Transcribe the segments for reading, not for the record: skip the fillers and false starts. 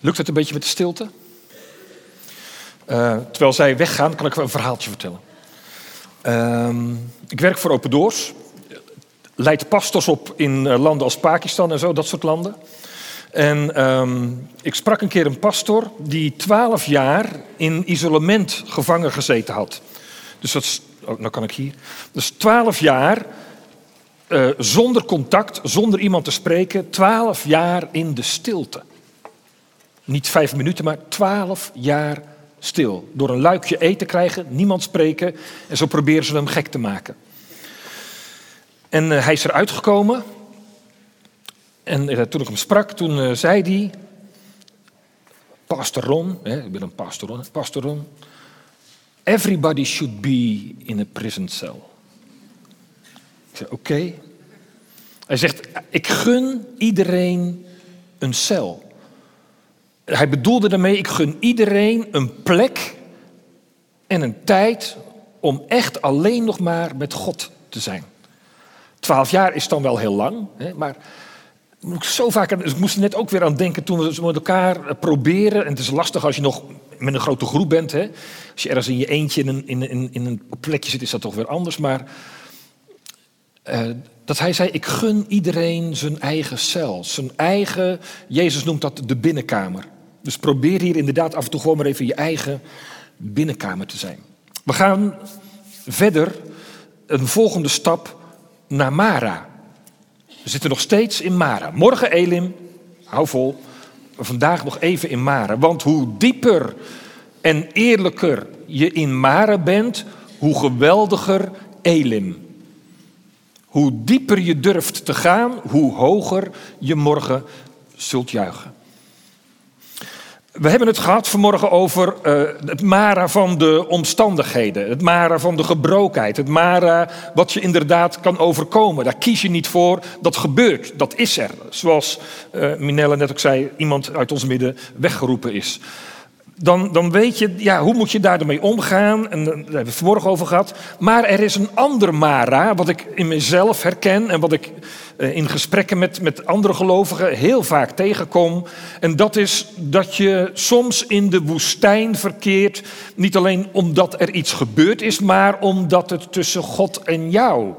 Lukt het een beetje met de stilte? Terwijl zij weggaan, kan ik een verhaaltje vertellen. Ik werk voor Open Doors. Leid pastors op in landen als Pakistan en zo, dat soort landen. En ik sprak een keer een pastor die 12 jaar in isolement gevangen gezeten had. Dus dat is, nou kan ik hier. Dus 12 jaar zonder contact, zonder iemand te spreken. 12 jaar in de stilte. Niet 5 minuten, maar 12 jaar stil. Door een luikje eten krijgen, niemand spreken. En zo proberen ze hem gek te maken. En hij is eruit gekomen. En toen ik hem sprak, toen zei hij... Pastor Ron, ik ben een pastor Ron. Pastor Ron. Everybody should be in a prison cell. Ik zei, oké. Hij zegt, ik gun iedereen een cel. Hij bedoelde daarmee, ik gun iedereen een plek en een tijd om echt alleen nog maar met God te zijn. 12 jaar is dan wel heel lang, maar zo vaak, ik moest er net ook weer aan denken toen we met elkaar proberen. En het is lastig als je nog met een grote groep bent. Hè? Als je ergens in je eentje in een plekje zit, is dat toch weer anders. Maar dat hij zei, ik gun iedereen zijn eigen cel. Zijn eigen, Jezus noemt dat de binnenkamer. Dus probeer hier inderdaad af en toe gewoon maar even je eigen binnenkamer te zijn. We gaan verder, een volgende stap naar Mara. We zitten nog steeds in Mara. Morgen Elim, hou vol. Vandaag nog even in Mara. Want hoe dieper en eerlijker je in Mara bent, hoe geweldiger Elim. Hoe dieper je durft te gaan, hoe hoger je morgen zult juichen. We hebben het gehad vanmorgen over het Mara van de omstandigheden. Het Mara van de gebrokenheid. Het Mara wat je inderdaad kan overkomen. Daar kies je niet voor. Dat gebeurt. Dat is er. Zoals Minelle net ook zei, iemand uit ons midden weggeroepen is. Dan weet je, ja, hoe moet je daarmee omgaan? En daar hebben we het vanmorgen over gehad. Maar er is een ander Mara, wat ik in mezelf herken en wat ik in gesprekken met andere gelovigen heel vaak tegenkom. En dat is dat je soms in de woestijn verkeert, niet alleen omdat er iets gebeurd is, maar omdat het tussen God en jou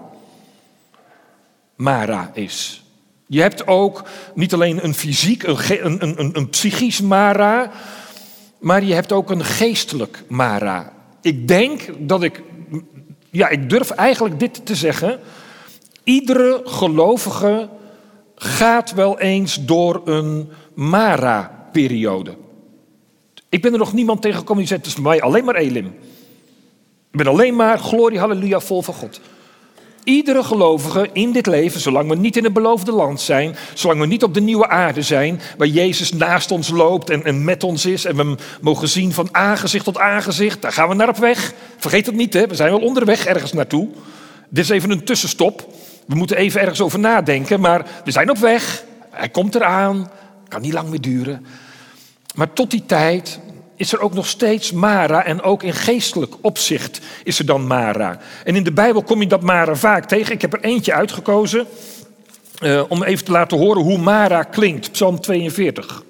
Mara is. Je hebt ook niet alleen een fysiek, een psychisch Mara, maar je hebt ook een geestelijk Mara. Ik denk dat ik durf eigenlijk dit te zeggen. Iedere gelovige gaat wel eens door een Mara-periode. Ik ben er nog niemand tegengekomen die zegt, het is voor mij alleen maar Elim. Ik ben alleen maar, glorie, halleluja, vol van God. Iedere gelovige in dit leven, zolang we niet in het beloofde land zijn, zolang we niet op de nieuwe aarde zijn, waar Jezus naast ons loopt en met ons is en we hem mogen zien van aangezicht tot aangezicht, daar gaan we naar op weg. Vergeet het niet, hè? We zijn wel onderweg ergens naartoe. Dit is even een tussenstop. We moeten even ergens over nadenken, maar we zijn op weg. Hij komt eraan, kan niet lang meer duren. Maar tot die tijd is er ook nog steeds Mara en ook in geestelijk opzicht is er dan Mara. En in de Bijbel kom je dat Mara vaak tegen. Ik heb er eentje uitgekozen om even te laten horen hoe Mara klinkt. Psalm 42.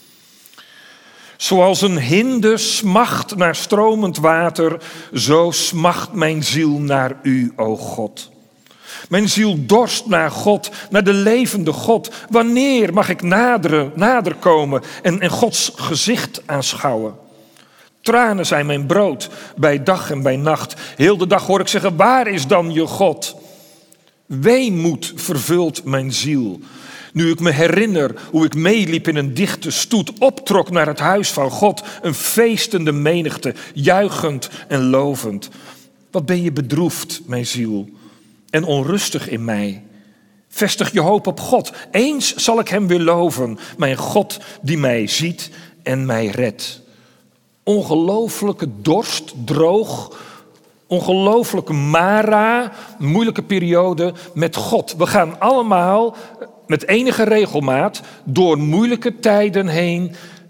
Zoals een hinde smacht naar stromend water, zo smacht mijn ziel naar u, o God. Mijn ziel dorst naar God, naar de levende God. Wanneer mag ik nader komen en Gods gezicht aanschouwen? Tranen zijn mijn brood, bij dag en bij nacht. Heel de dag hoor ik zeggen, waar is dan je God? Weemoed vervult mijn ziel. Nu ik me herinner hoe ik meeliep in een dichte stoet, optrok naar het huis van God, een feestende menigte, juichend en lovend. Wat ben je bedroefd, mijn ziel, en onrustig in mij. Vestig je hoop op God. Eens zal ik hem weer loven, mijn God die mij ziet en mij redt. Ongelooflijke dorst, droog, ongelooflijke Mara, moeilijke periode met God. We gaan allemaal met enige regelmaat door moeilijke tijden heen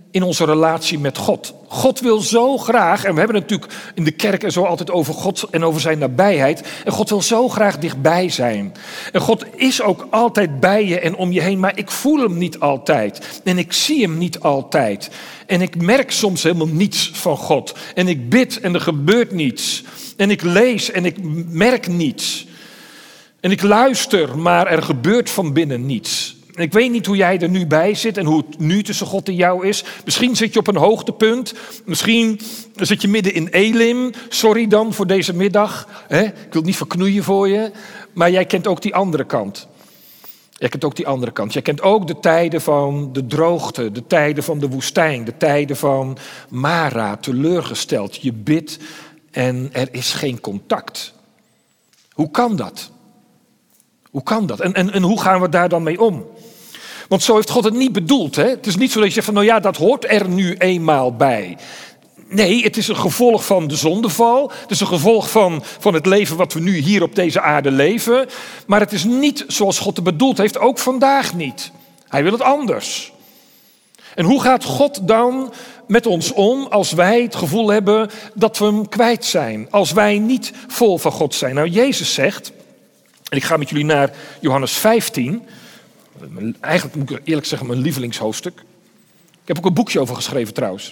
in onze relatie met God. God wil zo graag, en we hebben het natuurlijk in de kerk en zo altijd over God en over zijn nabijheid. En God wil zo graag dichtbij zijn. En God is ook altijd bij je en om je heen, maar ik voel hem niet altijd. En ik zie hem niet altijd. En ik merk soms helemaal niets van God. En ik bid en er gebeurt niets. En ik lees en ik merk niets. En ik luister, maar er gebeurt van binnen niets. Ik weet niet hoe jij er nu bij zit en hoe het nu tussen God en jou is. Misschien zit je op een hoogtepunt. Misschien zit je midden in Elim. Sorry dan voor deze middag. Ik wil het niet verknoeien voor je. Maar jij kent ook die andere kant. Jij kent ook die andere kant. Jij kent ook de tijden van de droogte. De tijden van de woestijn. De tijden van Mara, teleurgesteld. Je bidt en er is geen contact. Hoe kan dat? Hoe kan dat? En hoe gaan we daar dan mee om? Want zo heeft God het niet bedoeld. Hè? Het is niet zo dat je zegt van nou ja, dat hoort er nu eenmaal bij. Nee, het is een gevolg van de zondeval. Het is een gevolg van het leven wat we nu hier op deze aarde leven. Maar het is niet zoals God het bedoeld heeft, ook vandaag niet. Hij wil het anders. En hoe gaat God dan met ons om als wij het gevoel hebben dat we hem kwijt zijn? Als wij niet vol van God zijn? Nou, Jezus zegt, en ik ga met jullie naar Johannes 15. Eigenlijk moet ik eerlijk zeggen mijn lievelingshoofdstuk. Ik heb ook een boekje over geschreven trouwens.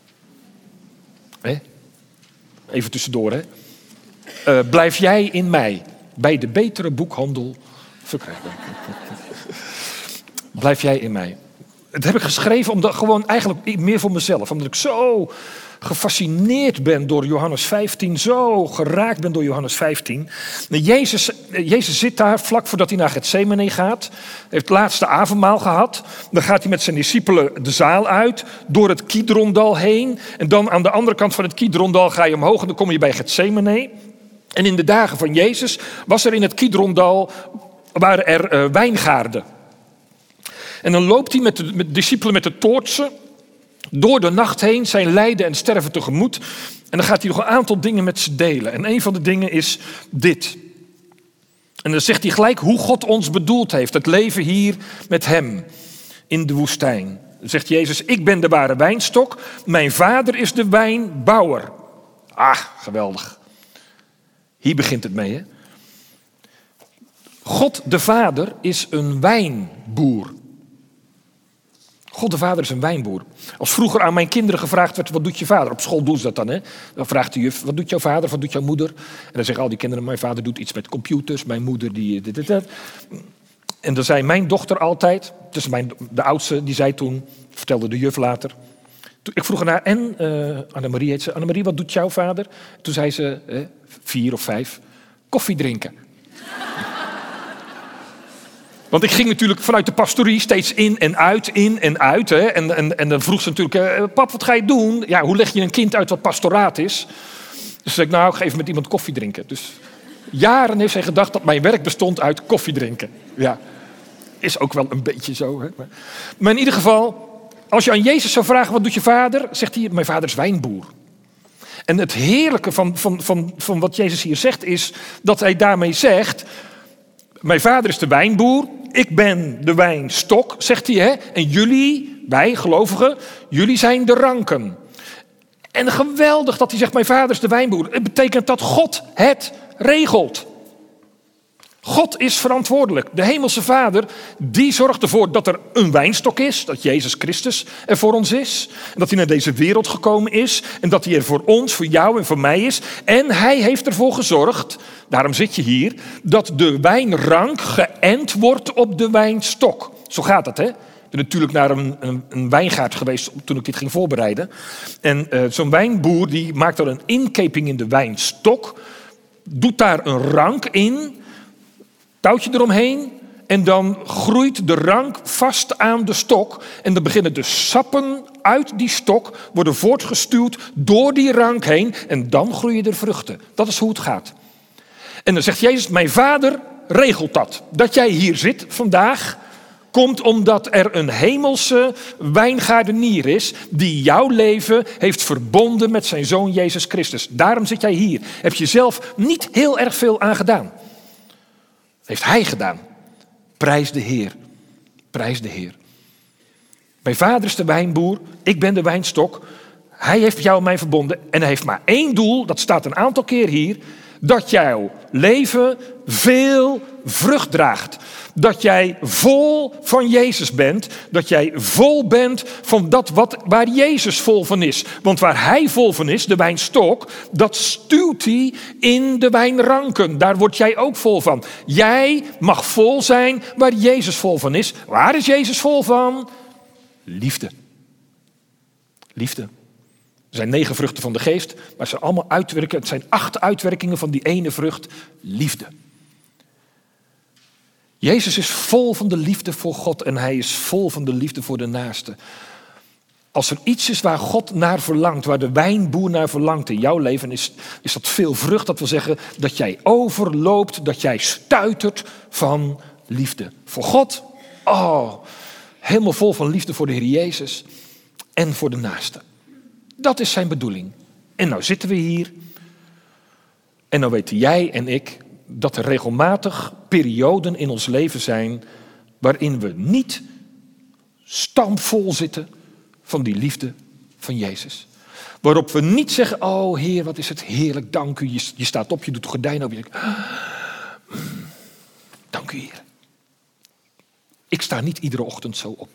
Even tussendoor. Blijf jij in mij bij de betere boekhandel verkrijgbaar. Blijf jij in mij. Dat heb ik geschreven omdat gewoon eigenlijk meer voor mezelf. Omdat ik zo gefascineerd ben door Johannes 15. Zo geraakt ben door Johannes 15. Jezus zit daar vlak voordat hij naar Getsemane gaat. Hij heeft het laatste avondmaal gehad. Dan gaat hij met zijn discipelen de zaal uit. Door het Kidrondal heen. En dan aan de andere kant van het Kidrondal ga je omhoog. En dan kom je bij Getsemane. En in de dagen van Jezus was er in het Kidrondal waren er wijngaarden. En dan loopt hij met de discipelen met de toortsen door de nacht heen zijn lijden en sterven tegemoet. En dan gaat hij nog een aantal dingen met ze delen. En een van de dingen is dit. En dan zegt hij gelijk hoe God ons bedoeld heeft. Het leven hier met hem in de woestijn. Dan zegt Jezus, ik ben de ware wijnstok. Mijn vader is de wijnbouwer. Ah, geweldig. Hier begint het mee, hè? God de Vader is een wijnboer. God de Vader is een wijnboer. Als vroeger aan mijn kinderen gevraagd werd, wat doet je vader? Op school doen ze dat dan, hè? Dan vraagt de juf, wat doet jouw vader, wat doet jouw moeder? En dan zeggen al die kinderen, mijn vader doet iets met computers, mijn moeder die dit. En dan zei mijn dochter altijd, dus de oudste, die zei toen, vertelde de juf later. Ik vroeg haar, en Annemarie heet ze, Annemarie, wat doet jouw vader? Toen zei ze, 4 of 5, koffie drinken. Want ik ging natuurlijk vanuit de pastorie steeds in en uit. Hè? En dan vroeg ze natuurlijk, pap, wat ga je doen? Ja, hoe leg je een kind uit wat pastoraat is? Dus zei ik, nou, ik ga even met iemand koffie drinken. Dus jaren heeft zij gedacht dat mijn werk bestond uit koffie drinken. Ja, is ook wel een beetje zo. Hè? Maar in ieder geval, als je aan Jezus zou vragen, wat doet je vader? Zegt hij, mijn vader is wijnboer. En het heerlijke van wat Jezus hier zegt is dat hij daarmee zegt, mijn vader is de wijnboer, ik ben de wijnstok, zegt hij. Hè? En jullie, wij gelovigen, jullie zijn de ranken. En geweldig dat hij zegt, mijn vader is de wijnboer. Het betekent dat God het regelt. God is verantwoordelijk. De hemelse Vader, die zorgt ervoor dat er een wijnstok is. Dat Jezus Christus er voor ons is. En dat hij naar deze wereld gekomen is. En dat hij er voor ons, voor jou en voor mij is. En hij heeft ervoor gezorgd, daarom zit je hier, dat de wijnrank geënt wordt op de wijnstok. Zo gaat dat, hè? Ik ben natuurlijk naar een wijngaard geweest toen ik dit ging voorbereiden. En zo'n wijnboer die maakt er een inkeping in de wijnstok. Doet daar een rank in. Touwtje eromheen en dan groeit de rank vast aan de stok. En dan beginnen de sappen uit die stok, worden voortgestuwd door die rank heen. En dan groeien er vruchten. Dat is hoe het gaat. En dan zegt Jezus, mijn vader regelt dat. Dat jij hier zit vandaag, komt omdat er een hemelse wijngaardenier is die jouw leven heeft verbonden met zijn zoon Jezus Christus. Daarom zit jij hier. Heb je zelf niet heel erg veel aan gedaan. Heeft hij gedaan. Prijs de Heer. Prijs de Heer. Mijn vader is de wijnboer, ik ben de wijnstok. Hij heeft jou en mij verbonden en hij heeft maar één doel, dat staat een aantal keer hier, dat jouw leven veel vrucht draagt. Dat jij vol van Jezus bent, dat jij vol bent van dat waar Jezus vol van is. Want waar hij vol van is, de wijnstok, dat stuwt hij in de wijnranken. Daar word jij ook vol van. Jij mag vol zijn waar Jezus vol van is. Waar is Jezus vol van? Liefde. Liefde. Er zijn 9 vruchten van de geest, maar het zijn allemaal uitwerkingen. Het zijn 8 uitwerkingen van die ene vrucht, liefde. Jezus is vol van de liefde voor God en hij is vol van de liefde voor de naaste. Als er iets is waar God naar verlangt, waar de wijnboer naar verlangt in jouw leven, is dat veel vrucht. Dat wil zeggen dat jij overloopt, dat jij stuitert van liefde. Voor God, helemaal vol van liefde voor de Heer Jezus en voor de naaste. Dat is zijn bedoeling. En nou zitten we hier. En nou weten jij en ik dat er regelmatig perioden in ons leven zijn waarin we niet stampvol zitten van die liefde van Jezus. Waarop we niet zeggen, oh Heer, wat is het heerlijk, dank u. Je staat op, je doet de gordijn open. Je denkt, dank u Heer. Ik sta niet iedere ochtend zo op.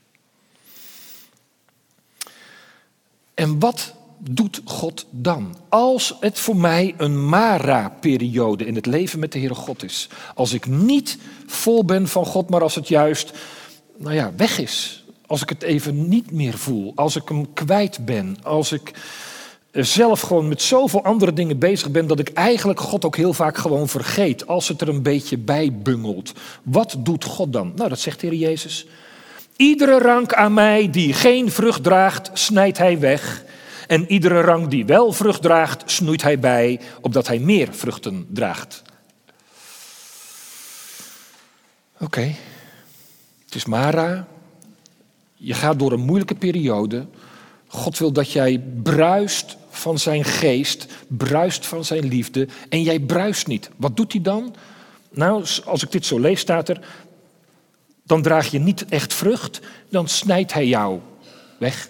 En wat doet God dan? Als het voor mij een Mara-periode in het leven met de Heere God is. Als ik niet vol ben van God, maar als het juist weg is. Als ik het even niet meer voel. Als ik hem kwijt ben. Als ik zelf gewoon met zoveel andere dingen bezig ben dat ik eigenlijk God ook heel vaak gewoon vergeet. Als het er een beetje bij bungelt. Wat doet God dan? Nou, dat zegt de Heer Jezus. Iedere rank aan mij die geen vrucht draagt, snijdt hij weg. En iedere rank die wel vrucht draagt, snoeit hij bij, opdat hij meer vruchten draagt. Oké. Het is Mara. Je gaat door een moeilijke periode. God wil dat jij bruist van zijn geest, bruist van zijn liefde en jij bruist niet. Wat doet hij dan? Nou, als ik dit zo lees, staat er, dan draag je niet echt vrucht, dan snijdt hij jou weg.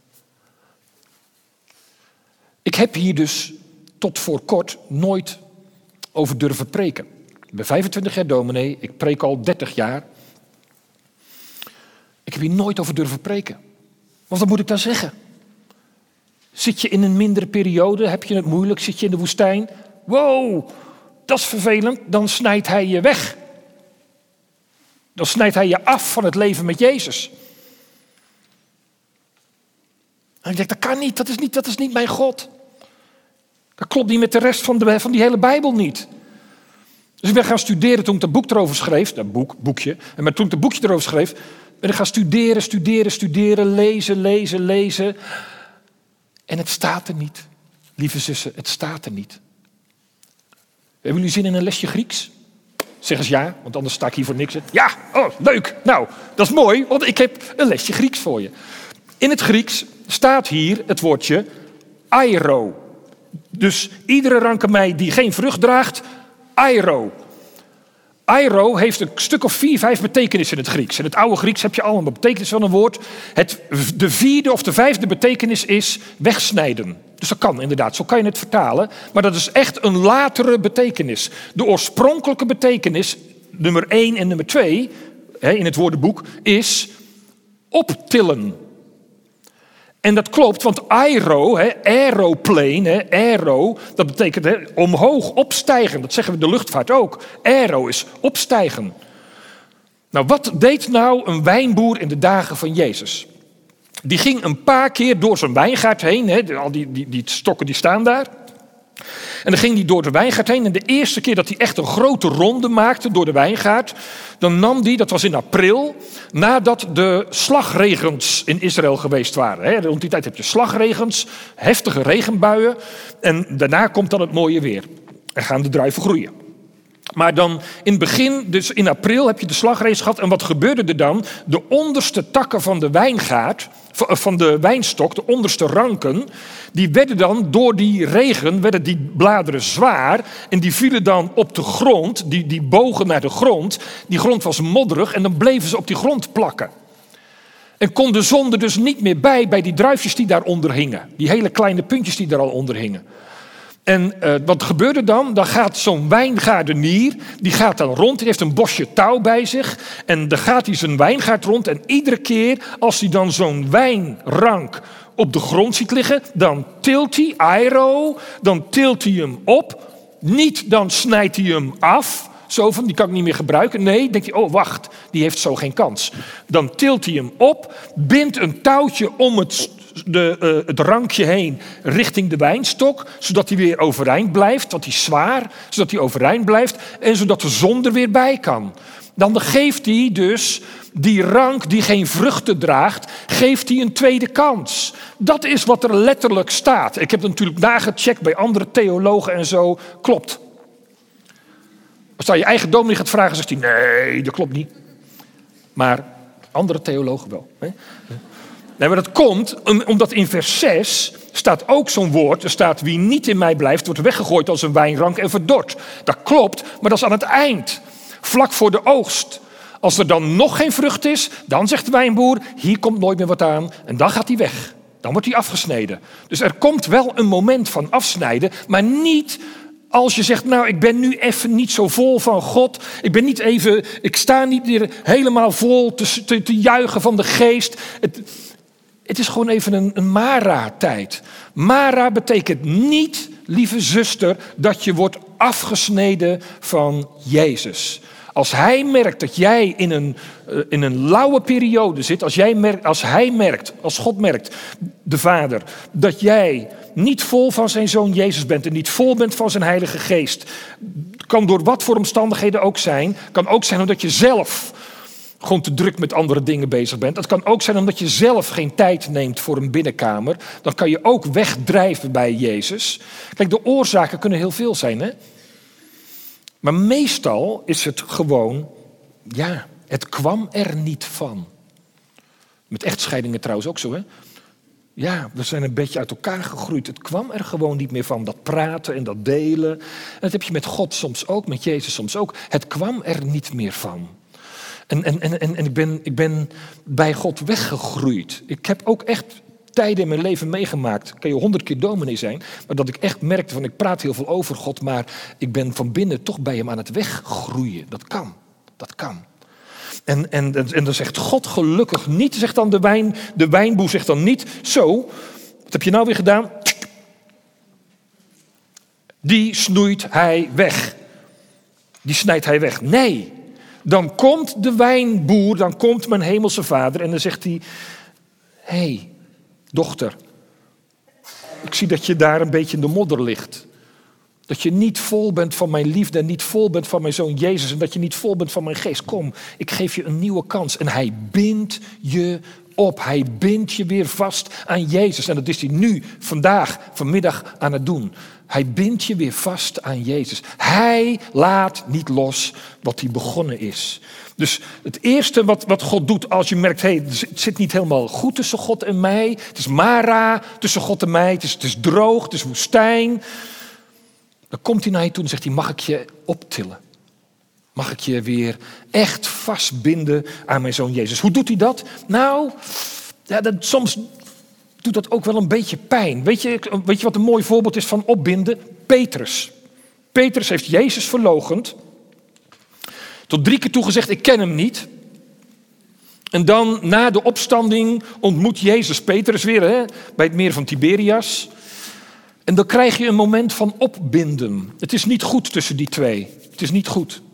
Ik heb hier dus tot voor kort nooit over durven preken. Ik ben 25 jaar dominee, ik preek al 30 jaar. Ik heb hier nooit over durven preken. Want wat moet ik dan zeggen? Zit je in een mindere periode, heb je het moeilijk, zit je in de woestijn? Wow, dat is vervelend, dan snijdt hij je weg. Dan snijdt hij je af van het leven met Jezus. En ik denk, dat kan niet, dat is niet mijn God. Dat klopt niet met de rest van die hele Bijbel niet. Dus ik ben gaan studeren toen ik dat boek erover schreef. Dat boekje. Maar toen ik dat boekje erover schreef, ben ik gaan studeren, lezen. En het staat er niet. Lieve zussen, het staat er niet. Hebben jullie zin in een lesje Grieks? Zeg eens ja, want anders sta ik hier voor niks. Ja, leuk. Nou, dat is mooi, want ik heb een lesje Grieks voor je. In het Grieks staat hier het woordje airo. Dus iedere rank aan mij die geen vrucht draagt, airo. Airo heeft een stuk of 4, 5 betekenissen in het Grieks. In het oude Grieks heb je allemaal betekenissen van een woord. De 4e of de 5e betekenis is wegsnijden. Dus dat kan inderdaad, zo kan je het vertalen. Maar dat is echt een latere betekenis. De oorspronkelijke betekenis, nummer 1 en nummer 2, in het woordenboek, is optillen. En dat klopt, want aero, aeroplane, aero, dat betekent omhoog, opstijgen. Dat zeggen we de luchtvaart ook. Aero is opstijgen. Nou, wat deed nou een wijnboer in de dagen van Jezus? Die ging een paar keer door zijn wijngaard heen. Al die stokken die staan daar. En dan ging hij door de wijngaard heen. En de eerste keer dat hij echt een grote ronde maakte door de wijngaard, dan nam hij, dat was in april, nadat de slagregens in Israël geweest waren. Rond die tijd heb je slagregens, heftige regenbuien. En daarna komt dan het mooie weer. En gaan de druiven groeien. Maar dan in het begin, dus in april, heb je de slagregens gehad. En wat gebeurde er dan? De onderste takken van de wijngaard, van de wijnstok, de onderste ranken, die werden dan door die regen, werden die bladeren zwaar. En die vielen dan op de grond, die bogen naar de grond. Die grond was modderig en dan bleven ze op die grond plakken. En kon de zon er dus niet meer bij die druifjes die daaronder hingen. Die hele kleine puntjes die er al onder hingen. En wat gebeurde dan? Dan gaat zo'n wijngaardenier, die gaat dan rond. Die heeft een bosje touw bij zich. En dan gaat hij zijn wijngaard rond. En iedere keer als hij dan zo'n wijnrank op de grond ziet liggen, dan tilt hij, aero, dan tilt hij hem op. Niet dan snijdt hij hem af. Zo van, die kan ik niet meer gebruiken. Nee, denkt hij, oh wacht, die heeft zo geen kans. Dan tilt hij hem op, bindt een touwtje om het rankje heen richting de wijnstok, zodat hij weer overeind blijft, want hij is zwaar, zodat hij overeind blijft en zodat de zon er weer bij kan. Dan geeft hij dus die rank die geen vruchten draagt, geeft hij een tweede kans. Dat is wat er letterlijk staat. Ik heb het natuurlijk nagecheckt bij andere theologen en zo. Klopt. Als je je eigen dominee gaat vragen, zegt hij, nee, dat klopt niet. Maar andere theologen wel. Hè? Nee, maar dat komt omdat in vers 6 staat ook zo'n woord. Er staat, wie niet in mij blijft, wordt weggegooid als een wijnrank en verdord. Dat klopt, maar dat is aan het eind. Vlak voor de oogst. Als er dan nog geen vrucht is, dan zegt de wijnboer, hier komt nooit meer wat aan. En dan gaat hij weg. Dan wordt hij afgesneden. Dus er komt wel een moment van afsnijden, maar niet als je zegt, nou, ik ben nu even niet zo vol van God. Ik sta niet meer helemaal vol te juichen van de geest. Het is gewoon even een Mara-tijd. Mara betekent niet, lieve zuster, dat je wordt afgesneden van Jezus. Als hij merkt dat jij in een lauwe periode zit, als God merkt, de Vader, dat jij niet vol van zijn Zoon Jezus bent en niet vol bent van zijn Heilige Geest, kan door wat voor omstandigheden ook zijn, kan ook zijn omdat je zelf gewoon te druk met andere dingen bezig bent. Het kan ook zijn omdat je zelf geen tijd neemt voor een binnenkamer. Dan kan je ook wegdrijven bij Jezus. Kijk, de oorzaken kunnen heel veel zijn, hè? Maar meestal is het gewoon, ja, het kwam er niet van. Met echtscheidingen trouwens ook zo, hè? Ja, we zijn een beetje uit elkaar gegroeid. Het kwam er gewoon niet meer van, dat praten en dat delen. En dat heb je met God soms ook, met Jezus soms ook. Het kwam er niet meer van. En ik ben bij God weggegroeid. Ik heb ook echt tijden in mijn leven meegemaakt. Kan je 100 keer dominee zijn. Maar dat ik echt merkte van ik praat heel veel over God. Maar ik ben van binnen toch bij hem aan het weggroeien. Dat kan. Dat kan. En dan zegt God gelukkig niet. Zegt dan de wijnboer zegt dan niet. Zo, wat heb je nou weer gedaan? Die snoeit hij weg. Die snijdt hij weg. Nee. Dan komt de wijnboer, dan komt mijn hemelse Vader en dan zegt hij, hey, dochter, ik zie dat je daar een beetje in de modder ligt. Dat je niet vol bent van mijn liefde en niet vol bent van mijn Zoon Jezus en dat je niet vol bent van mijn geest. Kom, ik geef je een nieuwe kans en hij bindt je op. Hij bindt je weer vast aan Jezus en dat is hij nu, vandaag, vanmiddag aan het doen. Hij bindt je weer vast aan Jezus. Hij laat niet los wat hij begonnen is. Dus het eerste wat God doet als je merkt, hey, het zit niet helemaal goed tussen God en mij. Het is Mara tussen God en mij. Het is droog, het is woestijn. Dan komt hij naar je toe en zegt hij, mag ik je optillen? Mag ik je weer echt vastbinden aan mijn Zoon Jezus? Hoe doet hij dat? Nou, ja, soms doet dat ook wel een beetje pijn. Weet je wat een mooi voorbeeld is van opbinden? Petrus. Petrus heeft Jezus verloochend. Tot 3 keer toe gezegd, ik ken hem niet. En dan na de opstanding ontmoet Jezus Petrus weer bij het meer van Tiberias. En dan krijg je een moment van opbinden. Het is niet goed tussen die twee. Het is niet goed.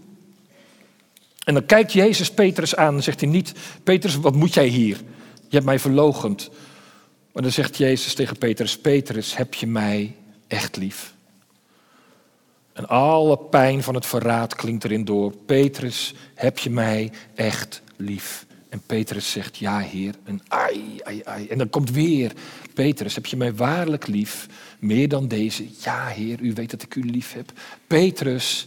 En dan kijkt Jezus Petrus aan en zegt hij niet, Petrus, wat moet jij hier? Je hebt mij verloochend. Maar dan zegt Jezus tegen Petrus, Petrus, heb je mij echt lief? En alle pijn van het verraad klinkt erin door. Petrus, heb je mij echt lief? En Petrus zegt, ja Heer, en ai. En dan komt weer, Petrus, heb je mij waarlijk lief? Meer dan deze? Ja Heer, u weet dat ik u lief heb. Petrus,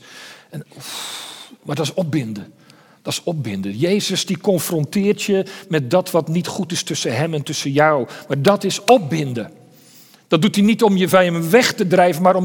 maar dat is opbinden. Dat is opbinden. Jezus die confronteert je met dat wat niet goed is tussen hem en tussen jou. Maar dat is opbinden. Dat doet hij niet om je van hem weg te drijven, maar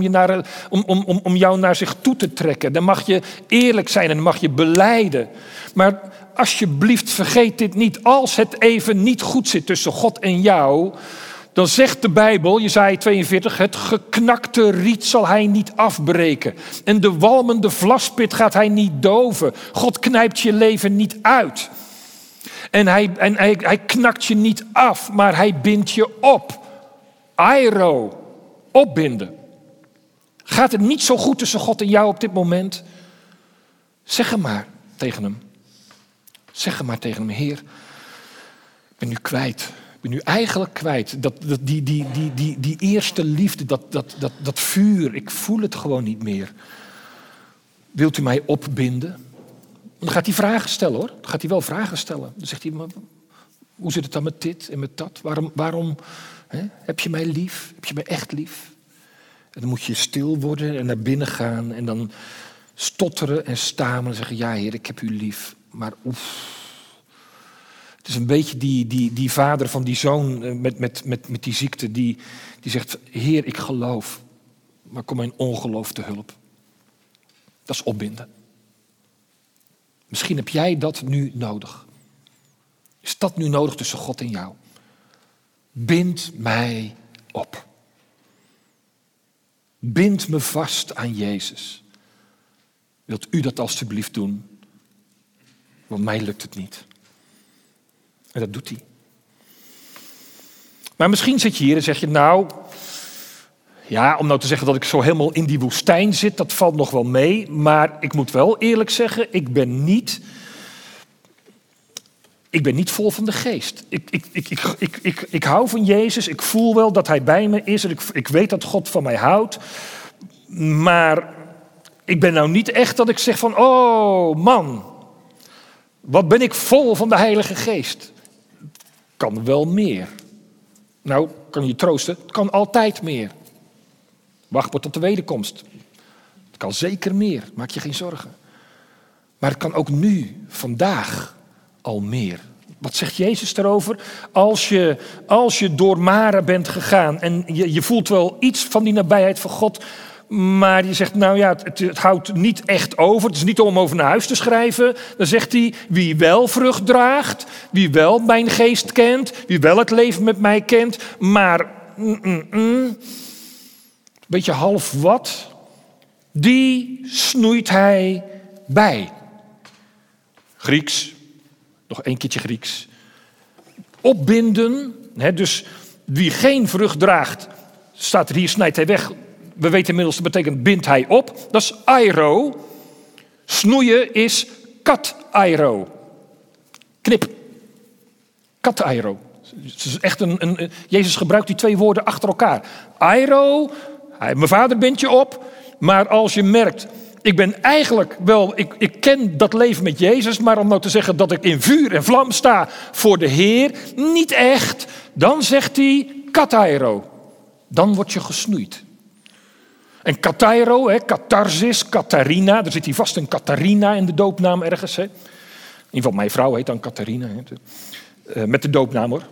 om jou naar zich toe te trekken. Dan mag je eerlijk zijn en dan mag je belijden. Maar alsjeblieft vergeet dit niet. Als het even niet goed zit tussen God en jou, dan zegt de Bijbel, Jesaja 42, het geknakte riet zal hij niet afbreken. En de walmende vlaspit gaat hij niet doven. God knijpt je leven niet uit. En hij knakt je niet af, maar hij bindt je op. Airo, opbinden. Gaat het niet zo goed tussen God en jou op dit moment? Zeg hem maar tegen hem. Zeg hem maar tegen hem, Heer, ik ben nu kwijt. Ik ben nu eigenlijk kwijt. Die eerste liefde, dat vuur, ik voel het gewoon niet meer. Wilt u mij opbinden? Dan gaat hij vragen stellen hoor. Dan gaat hij wel vragen stellen. Dan zegt hij, maar, hoe zit het dan met dit en met dat? Waarom heb je mij lief? Heb je mij echt lief? En dan moet je stil worden en naar binnen gaan. En dan stotteren en stamelen en zeggen, ja Heer, ik heb u lief. Maar oef. Het is een beetje die vader van die zoon met die ziekte. Die zegt, Heer, ik geloof. Maar kom mijn ongeloof te hulp. Dat is opbinden. Misschien heb jij dat nu nodig. Is dat nu nodig tussen God en jou? Bind mij op. Bind me vast aan Jezus. Wilt u dat alstublieft doen? Want mij lukt het niet. En dat doet hij. Maar misschien zit je hier en zeg je, nou, ja, om nou te zeggen dat ik zo helemaal in die woestijn zit, dat valt nog wel mee. Maar ik moet wel eerlijk zeggen, ik ben niet vol van de geest. Ik hou van Jezus, ik voel wel dat hij bij me is. En ik weet dat God van mij houdt. Maar ik ben nou niet echt dat ik zeg van, oh man, wat ben ik vol van de Heilige Geest. Kan wel meer. Nou, kan je troosten, het kan altijd meer. Wacht maar tot de wederkomst. Het kan zeker meer, maak je geen zorgen. Maar het kan ook nu, vandaag, al meer. Wat zegt Jezus daarover? Als je door Mara bent gegaan en je voelt wel iets van die nabijheid van God, maar je zegt, nou ja, het houdt niet echt over. Het is niet om over naar huis te schrijven. Dan zegt hij, wie wel vrucht draagt, wie wel mijn geest kent, wie wel het leven met mij kent, maar beetje half wat, die snoeit hij bij. Grieks, nog een keertje Grieks. Opbinden, dus wie geen vrucht draagt, staat er hier, snijdt hij weg. We weten inmiddels, dat betekent bindt hij op. Dat is airo. Snoeien is katairo. Knip. Katairo. Het is echt Jezus gebruikt die twee woorden achter elkaar. Airo, mijn vader bindt je op. Maar als je merkt, ik ben eigenlijk wel, ik ken dat leven met Jezus, maar om nou te zeggen dat ik in vuur en vlam sta voor de Heer, niet echt. Dan zegt hij katairo. Dan word je gesnoeid. En katairo, katharsis, Katharina, er zit hier vast een Katharina in de doopnaam ergens. In ieder geval mijn vrouw heet dan Katharina. Met de doopnaam hoor.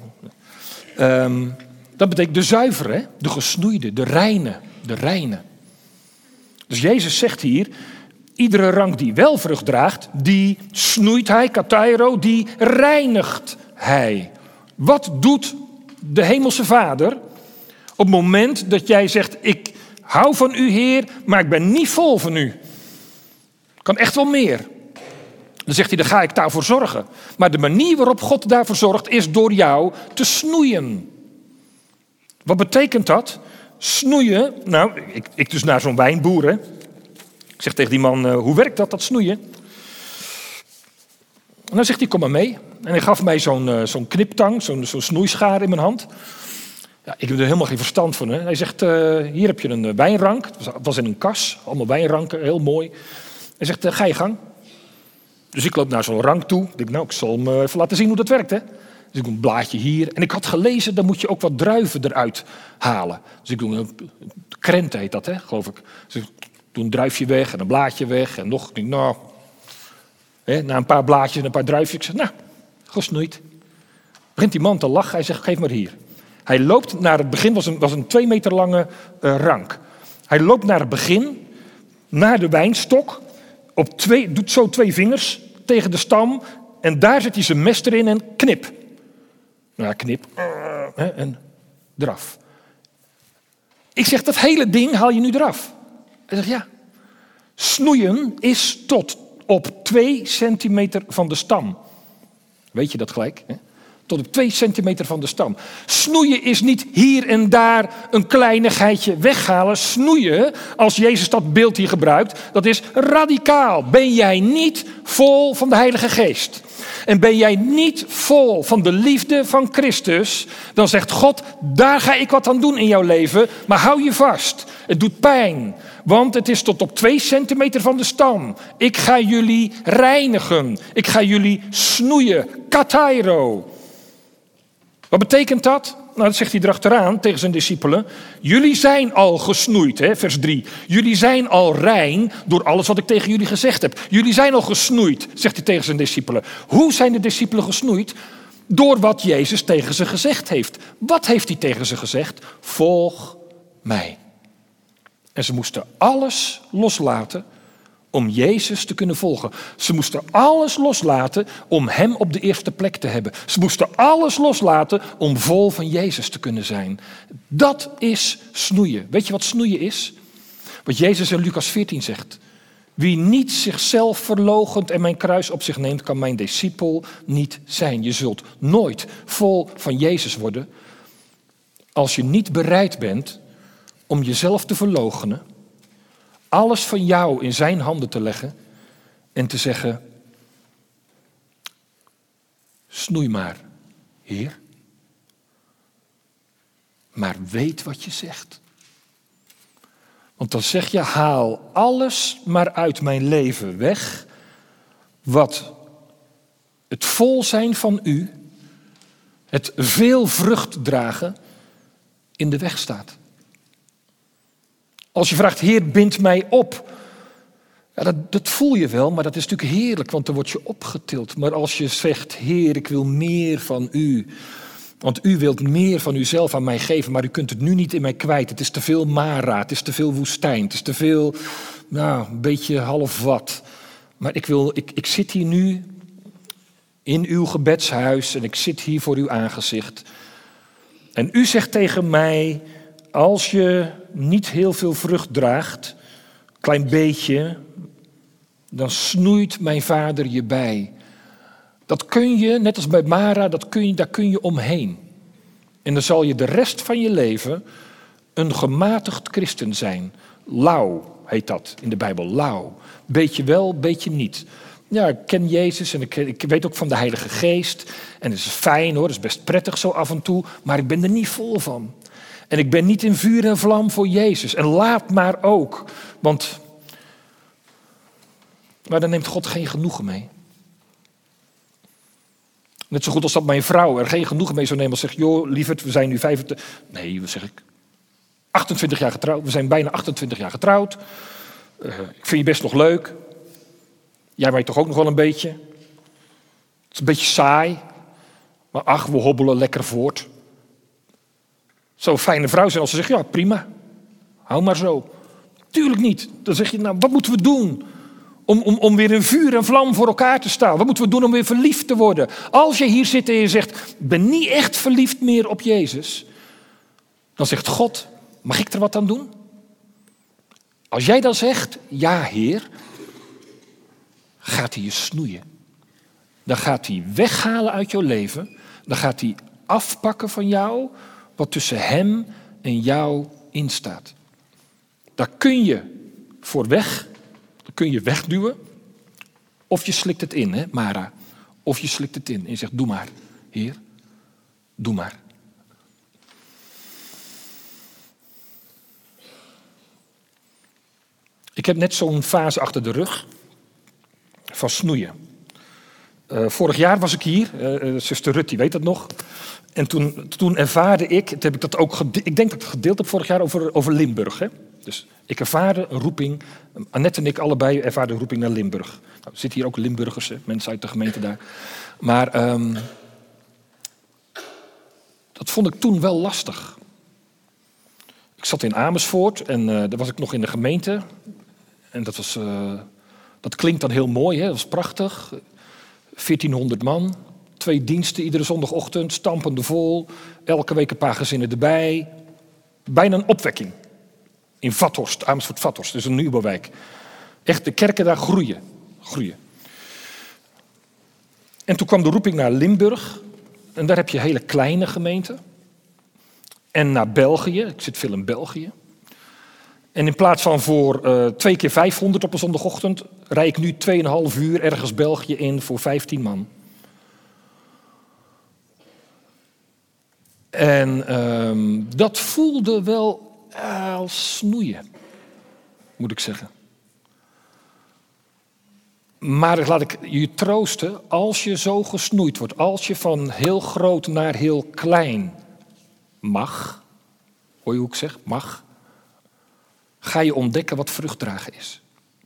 Dat betekent de zuivere, de gesnoeide, de reine. Dus Jezus zegt hier, iedere rank die wel vrucht draagt, die snoeit hij, katairo, die reinigt hij. Wat doet de hemelse Vader op het moment dat jij zegt, ik hou van u Heer, maar ik ben niet vol van u. Ik kan echt wel meer. Dan zegt hij, dan ga ik daarvoor zorgen. Maar de manier waarop God daarvoor zorgt is door jou te snoeien. Wat betekent dat? Snoeien, nou, ik dus naar zo'n wijnboer. Hè. Ik zeg tegen die man, hoe werkt dat snoeien? En dan zegt hij, kom maar mee. En hij gaf mij zo'n kniptang, zo'n snoeischaar in mijn hand. Ja, ik heb er helemaal geen verstand van. Hè. Hij zegt, hier heb je een wijnrank. Het was in een kas, allemaal wijnranken, heel mooi. Hij zegt, ga je gang. Dus ik loop naar zo'n rank toe. Ik denk, nou, ik zal hem even laten zien hoe dat werkt. Hè. Dus ik doe een blaadje hier. En ik had gelezen, dan moet je ook wat druiven eruit halen. Dus ik doe een krent heet dat, hè, geloof ik. Dus ik doe een druifje weg en een blaadje weg. En nog, ik denk, nou, na een paar blaadjes en een paar druifjes. Ik zeg, nou, gesnoeid. Begint die man te lachen. Hij zegt, geef maar hier. Hij loopt naar het begin, was een 2 meter lange rank. Hij loopt naar het begin, naar de wijnstok. Doet zo 2 vingers tegen de stam en daar zet hij zijn mes erin en knip. Nou ja, knip. En eraf. Ik zeg, dat hele ding haal je nu eraf. Hij zegt, ja. Snoeien is tot op 2 centimeter van de stam. Weet je dat gelijk? Hè? Tot op 2 centimeter van de stam. Snoeien is niet hier en daar een kleinigheidje weghalen. Snoeien, als Jezus dat beeld hier gebruikt, dat is radicaal. Ben jij niet vol van de Heilige Geest? En ben jij niet vol van de liefde van Christus, dan zegt God, daar ga ik wat aan doen in jouw leven, maar hou je vast. Het doet pijn, want het is tot op 2 centimeter van de stam. Ik ga jullie reinigen. Ik ga jullie snoeien. Katairo. Wat betekent dat? Nou, dat zegt hij erachteraan tegen zijn discipelen. Jullie zijn al gesnoeid, hè, vers 3. Jullie zijn al rein door alles wat ik tegen jullie gezegd heb. Jullie zijn al gesnoeid, zegt hij tegen zijn discipelen. Hoe zijn de discipelen gesnoeid? Door wat Jezus tegen ze gezegd heeft. Wat heeft hij tegen ze gezegd? Volg mij. En ze moesten alles loslaten om Jezus te kunnen volgen. Ze moesten alles loslaten om hem op de eerste plek te hebben. Ze moesten alles loslaten om vol van Jezus te kunnen zijn. Dat is snoeien. Weet je wat snoeien is? Wat Jezus in Lucas 14 zegt. Wie niet zichzelf verloochent en mijn kruis op zich neemt, kan mijn discipel niet zijn. Je zult nooit vol van Jezus worden als je niet bereid bent om jezelf te verloochenen, alles van jou in zijn handen te leggen en te zeggen, snoei maar, Heer. Maar weet wat je zegt. Want dan zeg je, haal alles maar uit mijn leven weg, wat het vol zijn van u, het veel vrucht dragen, in de weg staat. Als je vraagt, Heer, bind mij op. Ja, dat voel je wel, maar dat is natuurlijk heerlijk, want dan word je opgetild. Maar als je zegt, Heer, ik wil meer van u. Want u wilt meer van uzelf aan mij geven, maar u kunt het nu niet in mij kwijt. Het is te veel Mara, het is te veel woestijn, het is te veel, een beetje half wat. Maar ik zit hier nu in uw gebedshuis en ik zit hier voor uw aangezicht. En u zegt tegen mij, als je niet heel veel vrucht draagt, klein beetje, dan snoeit mijn vader je bij. Dat kun je, net als bij Mara, daar kun je omheen. En dan zal je de rest van je leven een gematigd christen zijn. Lauw heet dat in de Bijbel, lauw. Beetje wel, beetje niet. Ja, ik ken Jezus en ik weet ook van de Heilige Geest. En het is fijn hoor, het is best prettig zo af en toe, maar ik ben er niet vol van. En ik ben niet in vuur en vlam voor Jezus. En laat maar ook. Maar daar neemt God geen genoegen mee. Net zo goed als dat mijn vrouw er geen genoegen mee zou nemen. Als zegt, joh, lieverd, we zijn nu 25... Nee, wat zeg ik? 28 jaar getrouwd. We zijn bijna 28 jaar getrouwd. Ik vind je best nog leuk. Jij mij toch ook nog wel een beetje. Het is een beetje saai. Maar ach, we hobbelen lekker voort. Zou een fijne vrouw zijn als ze zegt, ja prima, hou maar zo. Tuurlijk niet. Dan zeg je, nou wat moeten we doen om weer in vuur en vlam voor elkaar te staan? Wat moeten we doen om weer verliefd te worden? Als je hier zit en je zegt, ik ben niet echt verliefd meer op Jezus. Dan zegt God, mag ik er wat aan doen? Als jij dan zegt, ja Heer, gaat hij je snoeien. Dan gaat hij weghalen uit jouw leven. Dan gaat hij afpakken van jou wat tussen hem en jou instaat. Daar kun je voor weg, daar kun je wegduwen. Of je slikt het in, hè, Mara. Of je slikt het in en je zegt, doe maar, Heer, doe maar. Ik heb net zo'n fase achter de rug van snoeien. Vorig jaar was ik hier, zuster Rut, die weet dat nog. En toen ervaarde ik, toen heb ik dat ook, ik denk dat ik het gedeeld heb vorig jaar over Limburg. Hè? Dus ik ervaarde een roeping, Annette en ik allebei ervaarden een roeping naar Limburg. Nou, er zitten hier ook Limburgers, hè, mensen uit de gemeente daar. Maar dat vond ik toen wel lastig. Ik zat in Amersfoort en daar was ik nog in de gemeente. En dat klinkt dan heel mooi, hè? Dat was prachtig. 1400 man, 2 diensten iedere zondagochtend, stampende vol, elke week een paar gezinnen erbij. Bijna een opwekking. In Vathorst, Amersfoort-Vathorst, dus een nieuwbouwwijk. Echt, de kerken daar groeien. En toen kwam de roeping naar Limburg. En daar heb je hele kleine gemeenten. En naar België, ik zit veel in België. En in plaats van voor 2 keer 500 op een zondagochtend, rijd ik nu 2,5 uur ergens België in voor 15 man. En dat voelde wel als snoeien, moet ik zeggen. Maar laat ik je troosten, als je zo gesnoeid wordt, als je van heel groot naar heel klein mag, hoor je hoe ik zeg, mag, ga je ontdekken wat vruchtdragen is.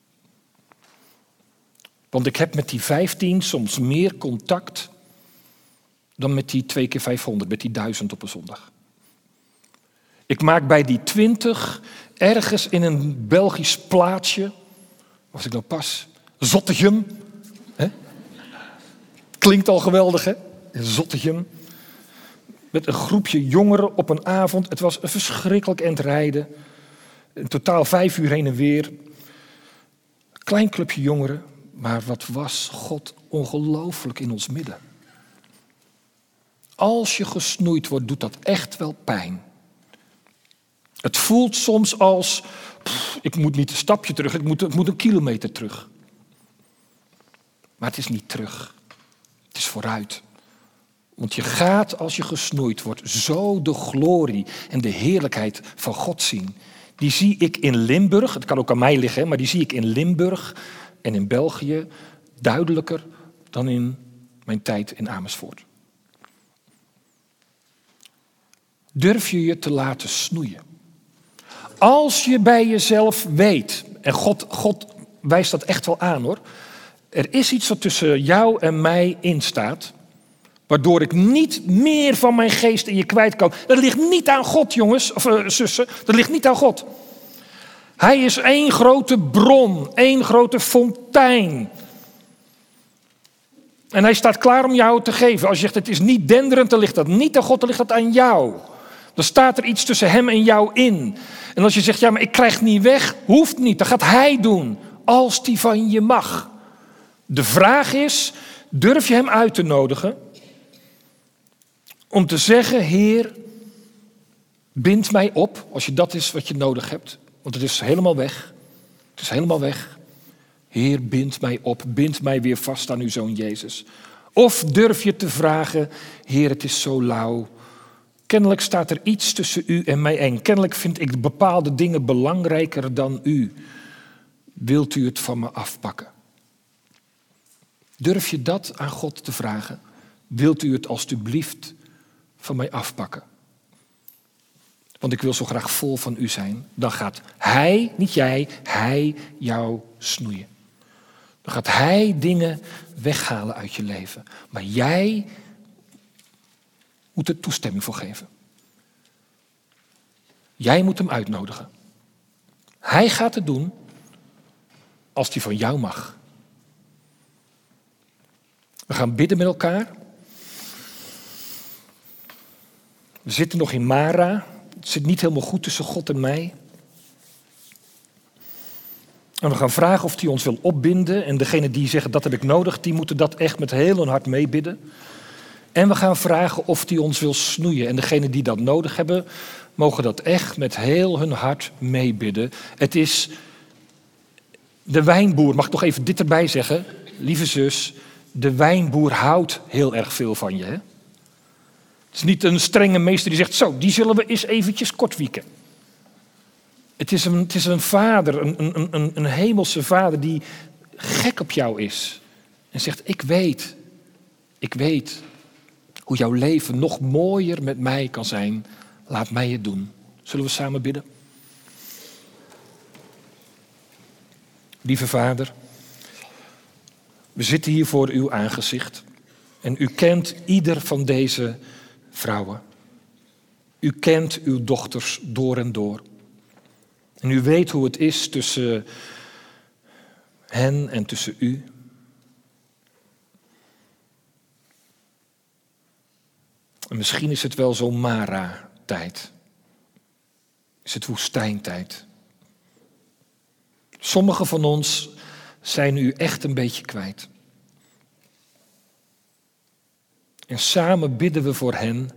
Want ik heb met die 15 soms meer contact dan met die 2 keer 500, met die 1000 op een zondag. Ik maak bij die 20 ergens in een Belgisch plaatsje, was ik nou pas, Zottegem. Hè? Klinkt al geweldig, hè? Zottegem. Met een groepje jongeren op een avond. Het was een verschrikkelijk endrijden. In totaal 5 uur heen en weer. Klein clubje jongeren. Maar wat was God ongelooflijk in ons midden. Als je gesnoeid wordt, doet dat echt wel pijn. Het voelt soms als, ik moet niet een stapje terug, ik moet een kilometer terug. Maar het is niet terug. Het is vooruit. Want je gaat, als je gesnoeid wordt, zo de glorie en de heerlijkheid van God zien. Die zie ik in Limburg, het kan ook aan mij liggen, maar die zie ik in Limburg en in België duidelijker dan in mijn tijd in Amersfoort. Durf je je te laten snoeien. Als je bij jezelf weet, en God wijst dat echt wel aan hoor. Er is iets wat tussen jou en mij instaat, waardoor ik niet meer van mijn geest in je kwijt kan. Dat ligt niet aan God, jongens, of zussen. Dat ligt niet aan God. Hij is één grote bron, één grote fontein. En hij staat klaar om jou te geven. Als je zegt, het is niet denderend, dan ligt dat niet aan God, dan ligt dat aan jou. Dan staat er iets tussen hem en jou in. En als je zegt, ja, maar ik krijg het niet weg, hoeft niet. Dat gaat hij doen, als die van je mag. De vraag is, durf je hem uit te nodigen om te zeggen, Heer, bind mij op, als je dat is wat je nodig hebt. Want het is helemaal weg. Het is helemaal weg. Heer, bind mij op, bind mij weer vast aan uw Zoon Jezus. Of durf je te vragen, Heer, het is zo lauw. Kennelijk staat er iets tussen u en mij en kennelijk vind ik bepaalde dingen belangrijker dan u. Wilt u het van me afpakken? Durf je dat aan God te vragen? Wilt u het alstublieft van mij afpakken? Want ik wil zo graag vol van u zijn. Dan gaat hij, niet jij, hij jou snoeien. Dan gaat hij dingen weghalen uit je leven. Maar jij moet er toestemming voor geven. Jij moet hem uitnodigen. Hij gaat het doen als hij van jou mag. We gaan bidden met elkaar. We zitten nog in Mara. Het zit niet helemaal goed tussen God en mij. En we gaan vragen of hij ons wil opbinden. En degenen die zeggen dat heb ik nodig, die moeten dat echt met heel hun hart meebidden. En we gaan vragen of hij ons wil snoeien. En degenen die dat nodig hebben, mogen dat echt met heel hun hart meebidden. Het is de wijnboer, mag ik nog even dit erbij zeggen? Lieve zus, de wijnboer houdt heel erg veel van je. Hè? Het is niet een strenge meester die zegt, zo, die zullen we eens eventjes kortwieken. Het is een vader, een hemelse vader die gek op jou is. En zegt, ik weet hoe jouw leven nog mooier met mij kan zijn. Laat mij het doen. Zullen we samen bidden? Lieve Vader, we zitten hier voor uw aangezicht. En u kent ieder van deze vrouwen. U kent uw dochters door en door. En u weet hoe het is tussen hen en tussen u. En misschien is het wel zo'n Mara-tijd. Is het woestijntijd. Sommigen van ons zijn u echt een beetje kwijt. En samen bidden we voor hen.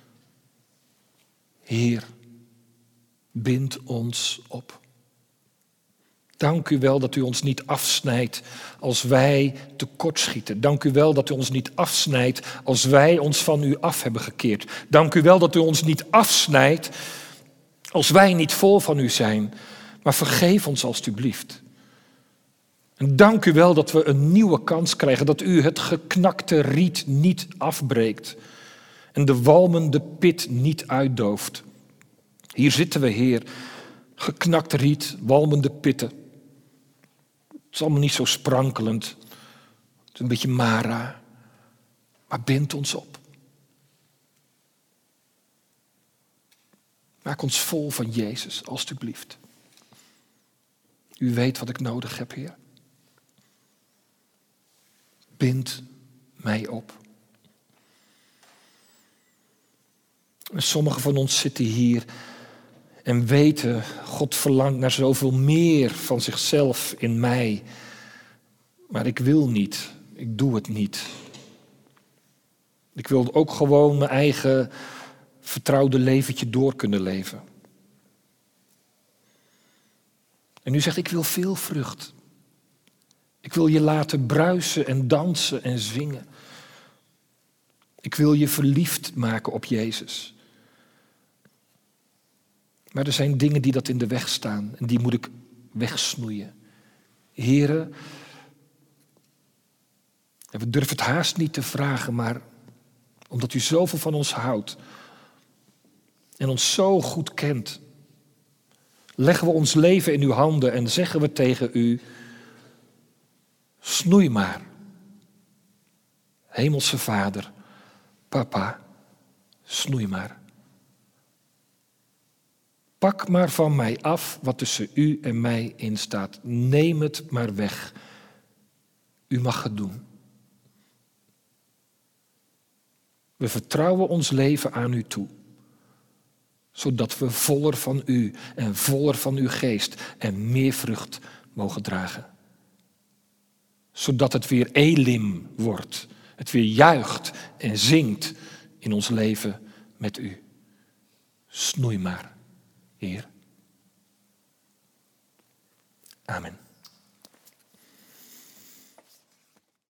Heer, bind ons op. Dank u wel dat u ons niet afsnijdt als wij tekortschieten. Dank u wel dat u ons niet afsnijdt als wij ons van u af hebben gekeerd. Dank u wel dat u ons niet afsnijdt als wij niet vol van u zijn. Maar vergeef ons alstublieft. En dank u wel dat we een nieuwe kans krijgen. Dat u het geknakte riet niet afbreekt. En de walmende pit niet uitdooft. Hier zitten we, Heer. Geknakt riet, walmende pitten. Het is allemaal niet zo sprankelend. Het is een beetje Mara. Maar bind ons op. Maak ons vol van Jezus, alstublieft. U weet wat ik nodig heb, Heer. Bind mij op. En sommigen van ons zitten hier en weten, God verlangt naar zoveel meer van zichzelf in mij. Maar ik wil niet, ik doe het niet. Ik wil ook gewoon mijn eigen vertrouwde leventje door kunnen leven. En u zegt, ik wil veel vrucht. Ik wil je laten bruisen en dansen en zingen. Ik wil je verliefd maken op Jezus. Maar er zijn dingen die dat in de weg staan en die moet ik wegsnoeien. Heren, en we durven het haast niet te vragen, maar omdat u zoveel van ons houdt en ons zo goed kent, leggen we ons leven in uw handen en zeggen we tegen u, snoei maar. Hemelse Vader, Papa, snoei maar. Pak maar van mij af wat tussen u en mij in staat. Neem het maar weg. U mag het doen. We vertrouwen ons leven aan u toe. Zodat we voller van u en voller van uw geest en meer vrucht mogen dragen. Zodat het weer Elim wordt. Het weer juicht en zingt in ons leven met u. Snoei maar, Heer. Amen.